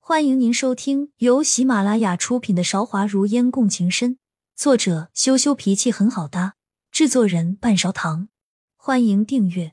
欢迎您收听由喜马拉雅出品的《韶华如烟共情深》，作者羞羞脾气很好搭，制作人半勺糖。欢迎订阅。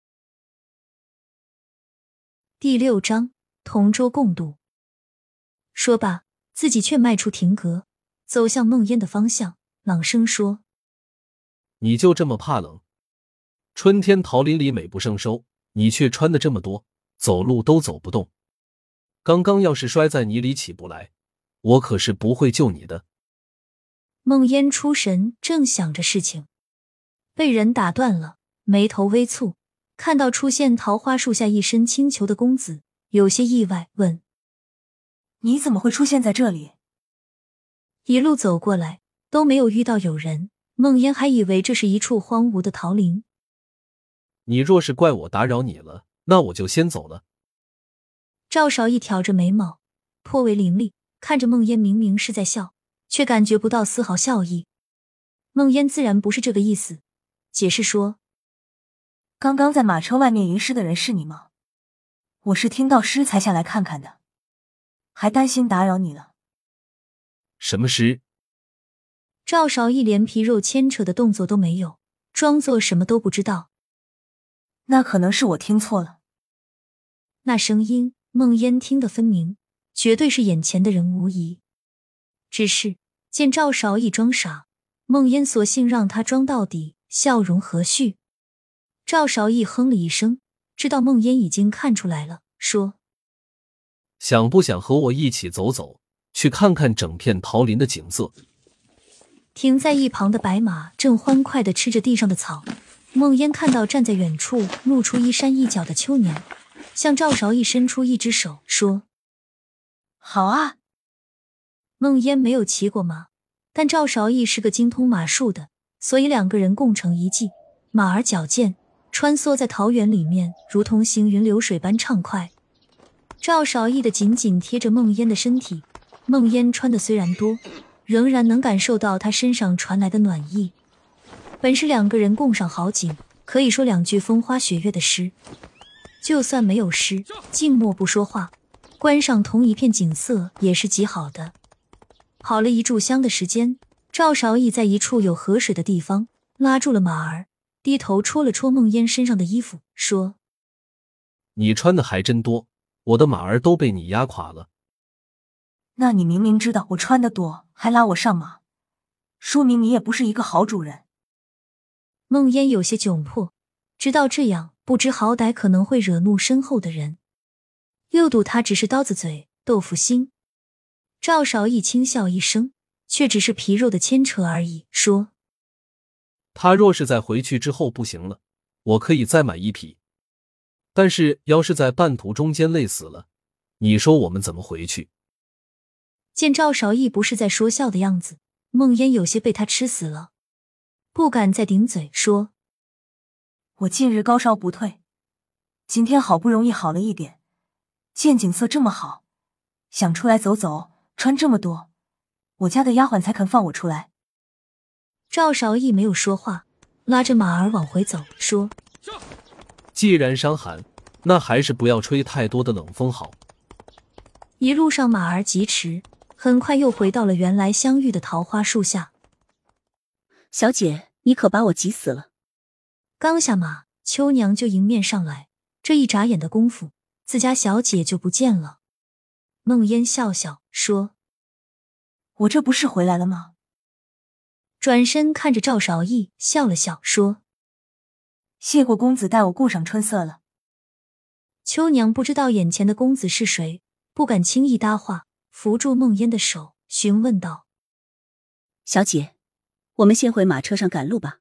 第6章，同舟共渡。说罢，自己却迈出亭阁，走向梦烟的方向，朗声说： 你就这么怕冷？春天桃林里美不胜收，你却穿得这么多，走路都走不动。刚刚要是摔在泥里起不来，我可是不会救你的。 梦烟出神，正想着事情，被人打断了，眉头微蹙，看到出现桃花树下一身青裘的公子，有些意外，问： 你怎么会出现在这里？ 一路走过来都没有遇到有人，梦烟还以为这是一处荒芜的桃林。 你若是怪我打扰你了，那我就先走了。 赵少义挑着眉毛，颇为凌厉，看着梦烟明明是在笑，却感觉不到丝毫笑意。梦烟自然不是这个意思，解释说： 刚刚在马车外面吟诗的人是你吗？我是听到诗才下来看看的，还担心打扰你了。 什么诗？ 赵少义连皮肉牵扯的动作都没有，装作什么都不知道。 那可能是我听错了。 那声音梦烟听得分明，绝对是眼前的人无疑。只是见赵少义装傻，梦烟索性让他装到底，笑容和煦。赵少义哼了一声，知道梦烟已经看出来了，说： 想不想和我一起走走，去看看整片桃林的景色？ 停在一旁的白马正欢快地吃着地上的草，梦烟看到站在远处露出一山一角的秋娘，向赵少义伸出一只手，说： 好啊。 梦烟没有骑过马，但赵少义是个精通马术的，所以两个人共成一计，马儿矫健，穿梭在桃园里面，如同行云流水般畅快。赵少义的紧紧贴着梦烟的身体，梦烟穿的虽然多，仍然能感受到他身上传来的暖意。本是两个人共赏好景，可以说两句风花雪月的诗。就算没有诗，静默不说话，观赏同一片景色也是极好的。跑了一炷香的时间，赵少义在一处有河水的地方拉住了马儿，低头戳了戳梦烟身上的衣服，说： 你穿的还真多，我的马儿都被你压垮了。 那你明明知道我穿的多，还拉我上马，说明你也不是一个好主人。 梦烟有些窘迫，知道这样不知好歹可能会惹怒身后的人，又赌他只是刀子嘴豆腐心。赵少义轻笑一声，却只是皮肉的牵扯而已，说： 他若是在回去之后不行了，我可以再买一匹。但是要是在半途中间累死了，你说我们怎么回去？ 见赵少义不是在说笑的样子，梦烟有些被他吃死了，不敢再顶嘴，说： 我近日高烧不退，今天好不容易好了一点，见景色这么好，想出来走走，穿这么多，我家的丫鬟才肯放我出来。 赵少义没有说话，拉着马儿往回走，说： 既然伤寒，那还是不要吹太多的冷风好。 一路上马儿疾驰，很快又回到了原来相遇的桃花树下。 小姐，你可把我急死了。 刚下马，秋娘就迎面上来，这一眨眼的功夫，自家小姐就不见了。梦烟笑笑说： 我这不是回来了吗？ 转身看着赵少义笑了笑说： 谢过公子带我顾上春色了。 秋娘不知道眼前的公子是谁，不敢轻易搭话，扶住梦烟的手，询问道： 小姐，我们先回马车上赶路吧。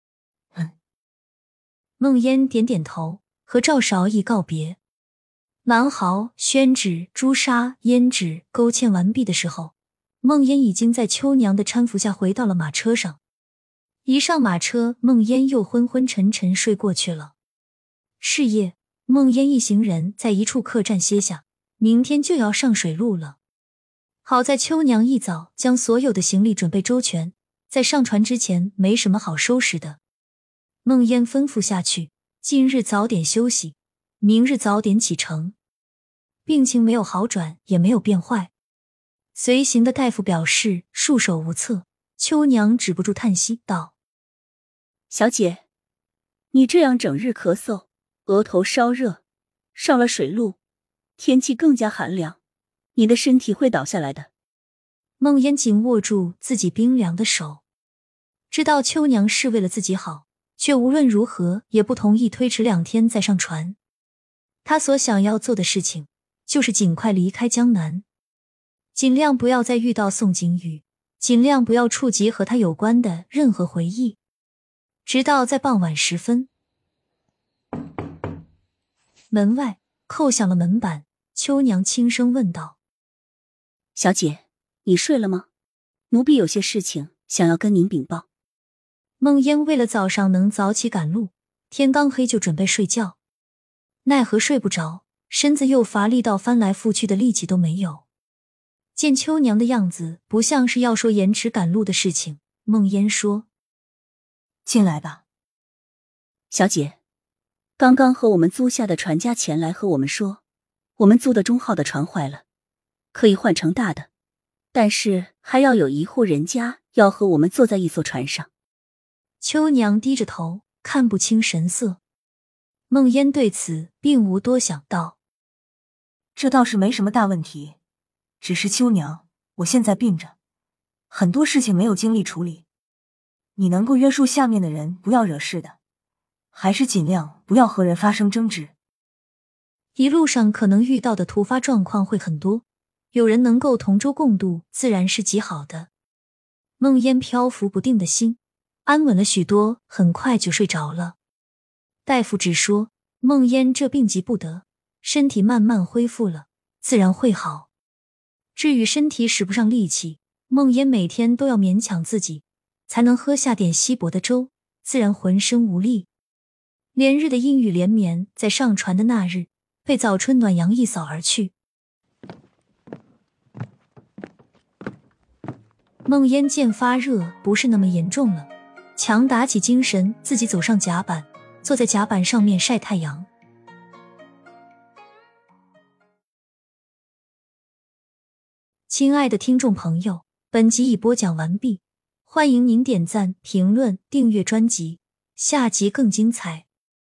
梦烟点点头，和赵少义告别。蓝毫、宣纸、朱砂、胭脂勾芡完毕的时候，梦烟已经在秋娘的搀扶下回到了马车上。一上马车，梦烟又昏昏沉沉睡过去了。是夜，梦烟一行人在一处客栈歇下，明天就要上水路了。好在秋娘一早将所有的行李准备周全，在上船之前没什么好收拾的。梦烟吩咐下去，近日早点休息，明日早点启程。 病情没有好转，也没有变坏。随行的大夫表示束手无策，秋娘止不住叹息道： 小姐，你这样整日咳嗽，额头烧热，少了水路，天气更加寒凉，你的身体会倒下来的。 孟烟紧握住自己冰凉的手，知道秋娘是为了自己好，却无论如何也不同意推迟2天再上船。他所想要做的事情，就是尽快离开江南，尽量不要再遇到宋景宇，尽量不要触及和他有关的任何回忆。直到在傍晚时分，门外叩响了门板，秋娘轻声问道： 小姐，你睡了吗？奴婢有些事情想要跟您禀报。 孟烟为了早上能早起赶路，天刚黑就准备睡觉，奈何睡不着，身子又乏力到翻来覆去的力气都没有。见秋娘的样子不像是要说延迟赶路的事情，孟烟说： 进来吧。 小姐，刚刚和我们租下的船家前来和我们说，我们租的中号的船坏了，可以换成大的，但是还要有一户人家要和我们坐在一艘船上。 秋娘低着头，看不清神色。孟烟对此并无多想到， 这倒是没什么大问题，只是秋娘，我现在病着，很多事情没有精力处理。你能够约束下面的人不要惹事的，还是尽量不要和人发生争执。 一路上可能遇到的突发状况会很多，有人能够同舟共度，自然是极好的。孟烟漂浮不定的心安稳了许多，很快就睡着了。大夫只说孟烟这病急不得，身体慢慢恢复了，自然会好。至于身体使不上力气，孟烟每天都要勉强自己，才能喝下点稀薄的粥，自然浑身无力。连日的阴雨连绵，在上船的那日，被早春暖阳一扫而去。孟烟见发热不是那么严重了，强打起精神，自己走上甲板，坐在甲板上面晒太阳。亲爱的听众朋友，本集已播讲完毕，欢迎您点赞、评论、订阅专辑，下集更精彩。